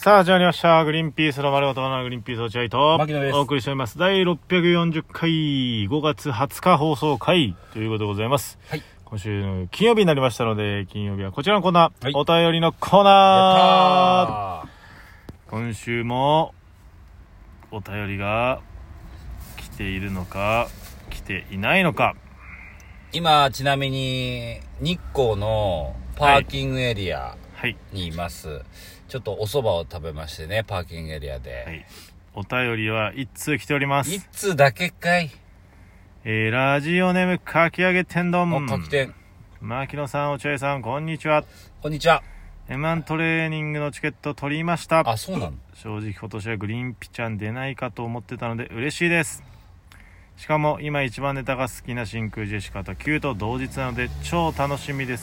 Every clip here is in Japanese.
さあ始まりました。グリーンピースの丸ごとのグリーンピース落合と牧野です。 お送りしております。第640回5月20日放送回ということでございます。 はい。 今週の金曜日になりましたので、金曜日はこちらのコーナー、 はい、 お便りのコーナー。今週もお便りが来ているのか来ていないのか。 今ちなみに日光のパーキングエリアにいます、はい、ちょっとお蕎麦を食べましてね、パーキングエリアで、はい、 お便りは1通来ております。 1通だけかい。 ラジオネームかき揚げ天丼。 かき天。 牧野さん、落合さん、こんにちは。 こんにちは。 M1 トレーニングのチケット取りました。 あ、そうなの。 正直今年はグリーンピちゃん出ないかと思ってたので嬉しいです。しかも今一番ネタが好きな真空ジェシカと Q と同日なので超楽しみです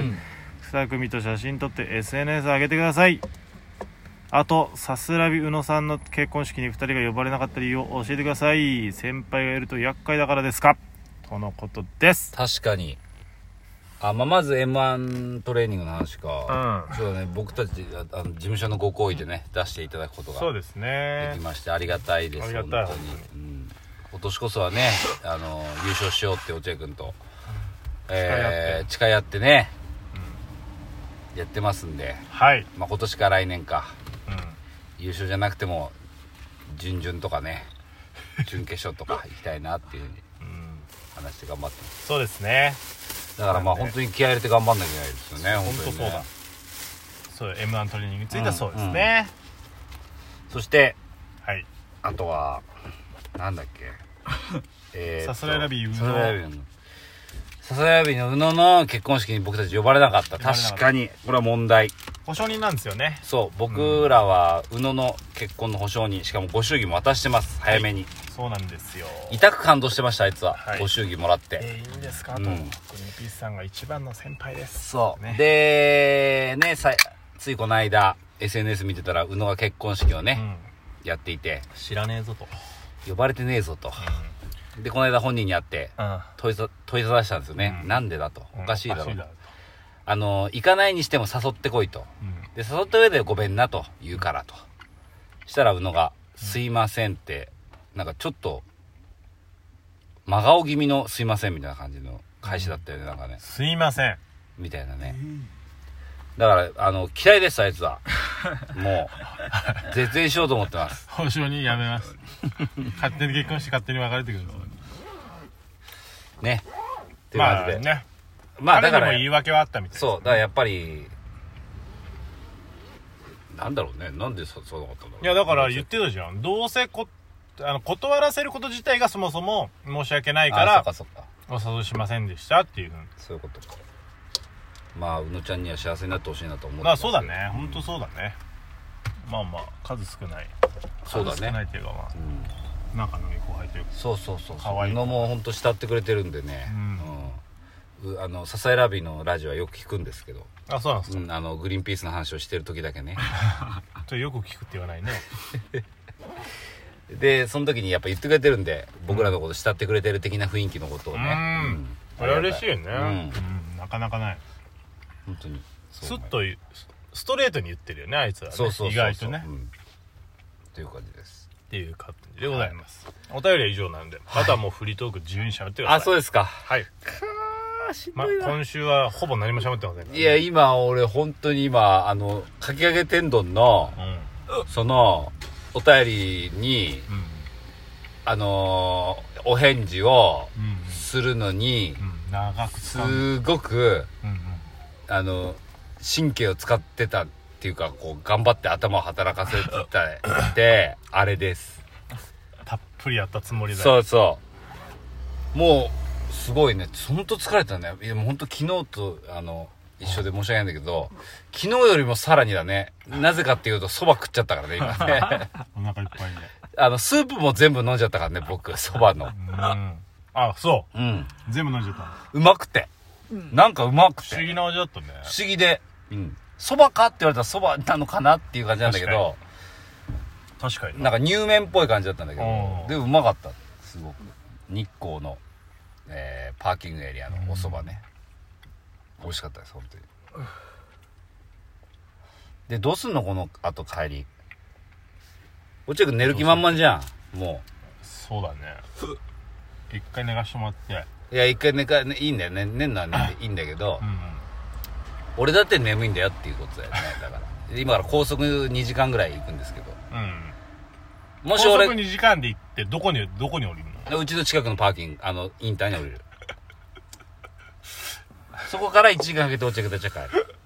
、2組と写真撮って SNS 上げてください。あとさすらび宇野さんの結婚式に2人が呼ばれなかった理由を教えてください。先輩がいると厄介だからですか、とのことです。 確かに。まず M1 トレーニングの話か、そうだね、僕たち事務所のご好意でね出していただくことができましてありがたいです。 ありがたい。 本当に、今年こそはね優勝しようって落合君と、誓い合ってね、やってますんで、はい、今年か来年か、優勝じゃなくても準々とかね準決勝とか行きたいなっていう風に話して頑張ってます。そうですね。だから本当に気合い入れて頑張んなきゃいけないですよね。本当にね。そうだ。そう M1 トレーニングについてはそうですね、そして、はい、あとはなんだっけさすらいラビー宇野、 さすらいラビーの宇野の結婚式に僕たち呼ばれなかった。確かにこれは問題。 保証人なんですよね。 そう、僕らは宇野の結婚の保証人、しかもご祝儀も渡してます、早めに。 そうなんですよ。 痛く感動してました、あいつは、ご祝儀もらって。 いいんですかと、グリーンピースさんが一番の先輩です。 そう、ね、でね、ついこの間 SNS 見てたら宇野が結婚式をね、やっていて、 知らねえぞと、 呼ばれてねえぞと、でこの間本人に会って問いただしたんですよね、なんでだと、おかしいだろうと、行かないにしても誘ってこいと、で誘った上でごめんなと言うからと、したら宇野がすいませんって、なんかちょっと真顔気味のすいませんみたいな感じの返しだったよね、なんかね、 すいませんみたいなね、だから嫌いです、あいつはもう絶縁しようと思ってます。 保証人やめます勝手に結婚して勝手に別れてくださいねっていう感じで、 ね、だから言い訳はあったみたいです、ね、そうだからやっぱりなんだろうね、なんでそうなかったんだろう。 いやだから言ってたじゃん、どうせ断らせること自体がそもそも申し訳ないからお誘いしませんでしたっていう。 そういうことか。宇野ちゃんには幸せになってほしいなと思ってます。 そうだね、本当そうだね。数少ない、 そうだね、 少ないっていうか仲のいい後輩というか、 そう宇野も本当慕ってくれてるんでね、ササエラビのラジオはよく聞くんですけど、 そうなんですか、 グリーンピースの話をしてる時だけねよく聞くって言わないねでその時にやっぱ言ってくれてるんで、僕らのこと慕ってくれてる的な雰囲気のことをね、 これは嬉しいよね、なかなかない。 本当にスッとストレートに言ってるよね、あいつはね。意外とね、 っていう感じです。 っていう感じでございます、お便りは以上なんで、あとはもうフリートーク自由に喋ってください。 そうですか。 はい。今週はほぼ何も喋ってませんから、 いや今俺本当にかき揚げ天丼の、そのお便りに、お返事をするのに、すごく、神経を使ってたっていうか、頑張って頭を働かせてたってあれです。 たっぷりやったつもりだよ。 そうもうすごいね、ほんと疲れたね。いやもうほんと昨日と一緒で申し訳ないんだけど、昨日よりもさらにだね。なぜかっていうと蕎麦食っちゃったからね今ねお腹いっぱいね。 スープも全部飲んじゃったからね、僕蕎麦の。 そう。全部飲んじゃった。 うまくて、なんかうまくて不思議な味だったね。 不思議で、蕎麦かって言われたら蕎麦なのかなっていう感じなんだけど、 確かになんか乳麺っぽい感じだったんだけど、でもうまかった。すごく日光の、パーキングエリアのお蕎麦ね、美味しかったです本当に。でどうすんのこの後帰り。 落合君寝る気満々じゃんもう。そうだね。一回寝かしてもらって。 いや一回いいんだよね、寝んのは寝ていいんだけど、俺だって眠いんだよっていうことだよね。だから今から高速2時間ぐらい行くんですけど、 もし俺高速2時間で行ってどこに降りるの？ うちの近くのパーキング、インターに降りる。そこから1時間かけて落合君たちは帰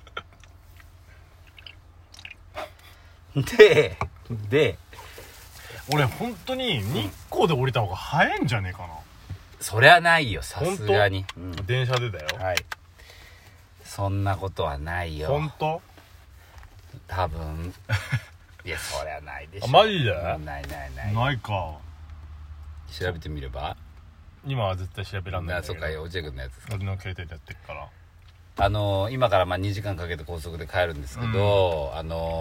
る。で俺本当に日光で降りた方が早いんじゃねえかな。 そりゃないよ、さすがに。 電車でだよ。 はい。そんなことはないよ。 本当？ 多分。いや、そりゃないでしょ。 マジで？ ないか。 調べてみれば？ 今は絶対調べらんないんだけど。 そうか、落合君のやつですか。 俺の携帯でやってるから。 今から2時間かけて高速で帰るんですけど、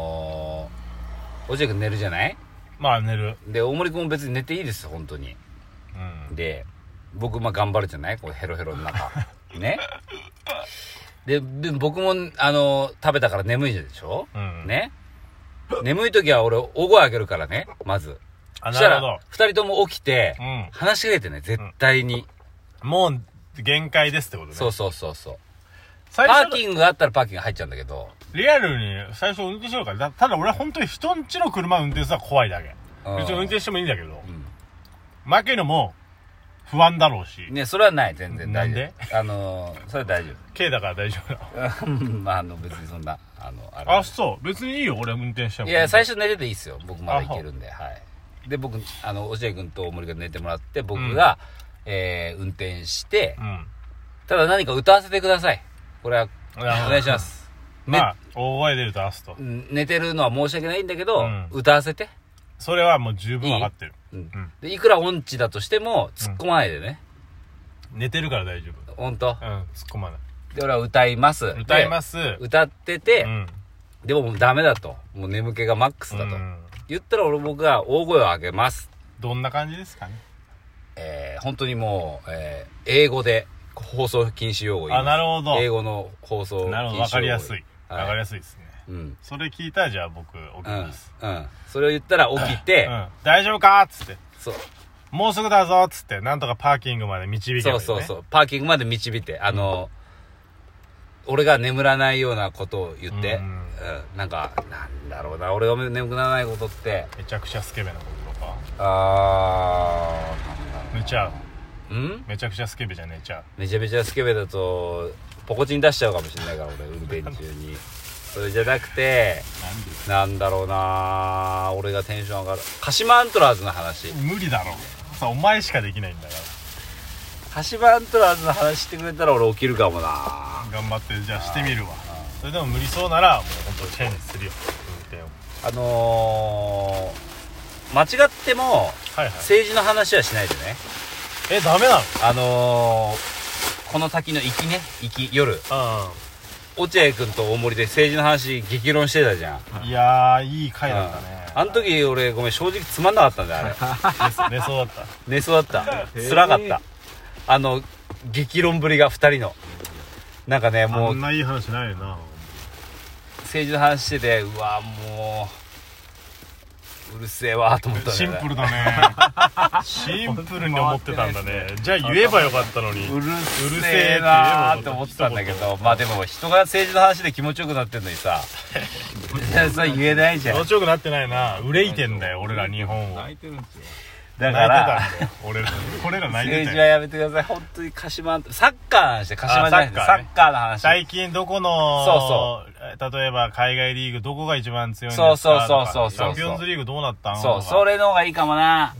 落合君寝るじゃない？ まあ寝る。 で、大森君も別に寝ていいですよ、本当に。で、僕頑張るじゃない？こうヘロヘロの中。ね。で、僕も、食べたから眠いでしょ？ね。眠い時は俺、大声上げるからね、まず。そしたら、二人とも起きて、話しかけてね、絶対に。 もう、限界ですってことね。 そう。パーキングがあったらパーキング入っちゃうんだけど。 リアルに最初運転しようから。ただ俺は本当に人んちの車運転するのは怖いだけ。別に運転してもいいんだけど。負けるのも不安だろうし。 ね、それはない、全然大丈夫。 なんでそれは大丈夫。 軽だから大丈夫なの。別にそんな、 そう。別にいいよ、俺運転しても。 いや、最初寝てていいっすよ。僕まだ行けるんで、はい。で、僕、落合君と大森が寝てもらって、僕が、運転して、ただ何か歌わせてください。これは、お願いします。 大声で歌わすと。 寝てるのは申し訳ないんだけど、歌わせて。 それはもう十分分かってる。 で、いくら音痴だとしても、突っ込まないでね。 寝てるから大丈夫。 ほんと？ 突っ込まない。 で、俺は歌います。歌ってて、でももうダメだと。もう眠気がマックスだと。言ったら僕が大声を上げます。 どんな感じですかね？ 本当にもう、英語で放送禁止用語を言います。 なるほど。 英語の放送禁止用語。 なるほど、わかりやすい。わかりやすいですね。それ聞いたらじゃあ僕起きます。 それを言ったら起きて、 大丈夫かっつって。 そう。 もうすぐだぞっつって、なんとかパーキングまで導けばいいね。 そう。パーキングまで導いて、俺が眠らないようなことを言って、なんだろうな、俺が眠くならないことって。 めちゃくちゃスケベなこととか。寝ちゃう。めちゃくちゃスケベじゃ寝ちゃう。 めちゃめちゃスケベだと、ポコチン出しちゃうかもしれないから、俺、運転中に。それじゃなくて、なんだろうな、俺がテンション上がる。鹿島アントラーズの話。 無理だろ。お前しかできないんだから。 鹿島アントラーズの話してくれたら俺起きるかもな。 頑張って、じゃあしてみるわ。それでも無理そうならもう本当チェンジするよ、運転を。間違っても、政治の話はしないでね。 ダメなの？この先の行き夜、落合君と大森で政治の話激論してたじゃん。いやー、いい回だったね。 あの時俺ごめん、正直つまんなかったんだよ、あれ。寝そうだった。辛かった。激論ぶりが2人の。なんかね、もう。 あんないい話ないよな。 政治の話してて、うわもううるせえわと思ったね。 シンプルだね。シンプルに思ってたんだね。じゃあ言えばよかったのに。 うるせえなーって思ってたんだけど、まあでも人が政治の話で気持ちよくなってんのにさ、それ言えないじゃん。 気持ちよくなってないな。憂いてんだよ俺ら日本を。 泣いてるんですよ。だから俺ら泣いてたよ。 政治はやめてください。本当に鹿島、サッカーの話で、鹿島じゃないです。サッカーの話。 最近どこの、例えば海外リーグどこが一番強いんですかとか、チャンピオンズリーグどうなったの？ それの方がいいかもな。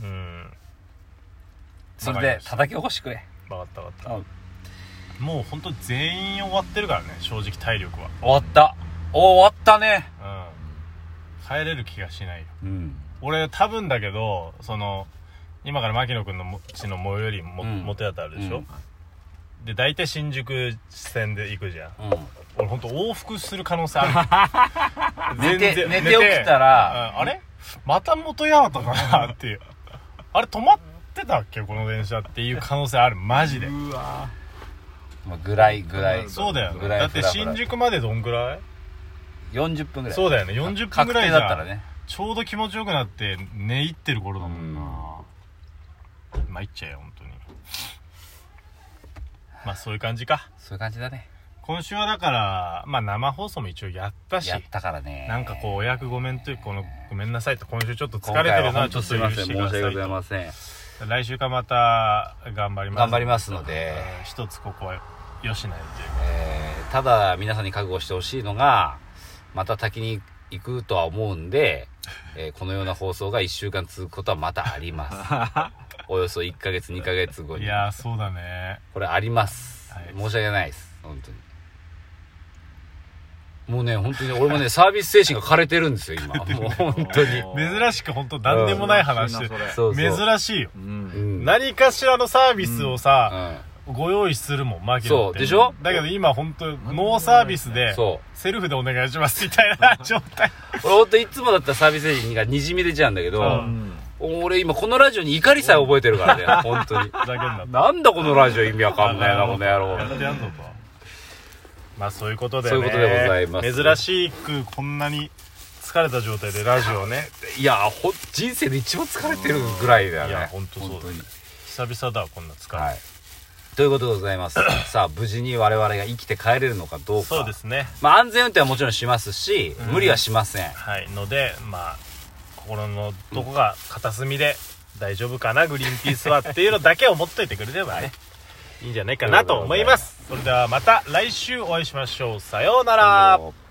それで叩き起こしてくれ。 分かった。もう本当全員終わってるからね、正直体力は。 終わったね。 帰れる気がしないよ。俺多分だけど、今から牧野くんの家の最寄り元屋とあるでしょ、で大体新宿線で行くじゃん、俺ほんと往復する可能性ある。 寝て起きたら、 あれまた元屋だったかなっていう、あれ止まってたっけこの電車っていう可能性ある、マジで。 うわぐらいそうだよね。だって新宿までどんぐらい？ 40分ぐらい。 そうだよね、40分ぐらいじゃん。 確定だったらね。 ちょうど気持ちよくなって寝入ってる頃だもんな。参っちゃうよ本当に。まあそういう感じか。 そういう感じだね。 今週はだからまあ生放送も一応やったし、 やったからね。 なんかこうお役御免というこのごめんなさいと、今週ちょっと疲れてるのはちょっと許してくださいと。 申し訳ございません。 来週からまた頑張りますので、 一つここはよしないという、 ただ皆さんに覚悟してほしいのが、また滝に行くとは思うんで、このような放送が1週間続くことはまたありますおよそ1ヶ月2ヶ月後に。 いやそうだね、 これあります、はい、申し訳ないです本当に。もうね本当に俺もねサービス精神が枯れてるんですよ今もう本当に珍しく本当何でもない話で、珍しいよ、何かしらのサービスをさ、ご用意するもんマキノって。 そうでしょ。 だけど今本当ノーサービスでセルフでお願いしますみたいな状態俺本当いつもだったらサービス精神がにじみ出ちゃうんだけど、俺今このラジオに怒りさえ覚えてるからね本当になんだこのラジオ意味わかんないなこの野郎。 やってやんのと。まあそういうことでね、 そういうことでございます。 珍しくこんなに疲れた状態でラジオをね、 いや人生で一番疲れてるぐらいだよね。 いや本当そうだね、久々だこんな疲れ、はい、 ということでございますさあ無事に我々が生きて帰れるのかどうか。 そうですね。 まあ安全運転はもちろんしますし、無理はしません。 はいのでまあ心のどこが片隅で大丈夫かなグリーンピースはっていうのだけ思っといてくれればねいいんじゃないかなと思います。それではまた来週お会いしましょう。さようなら。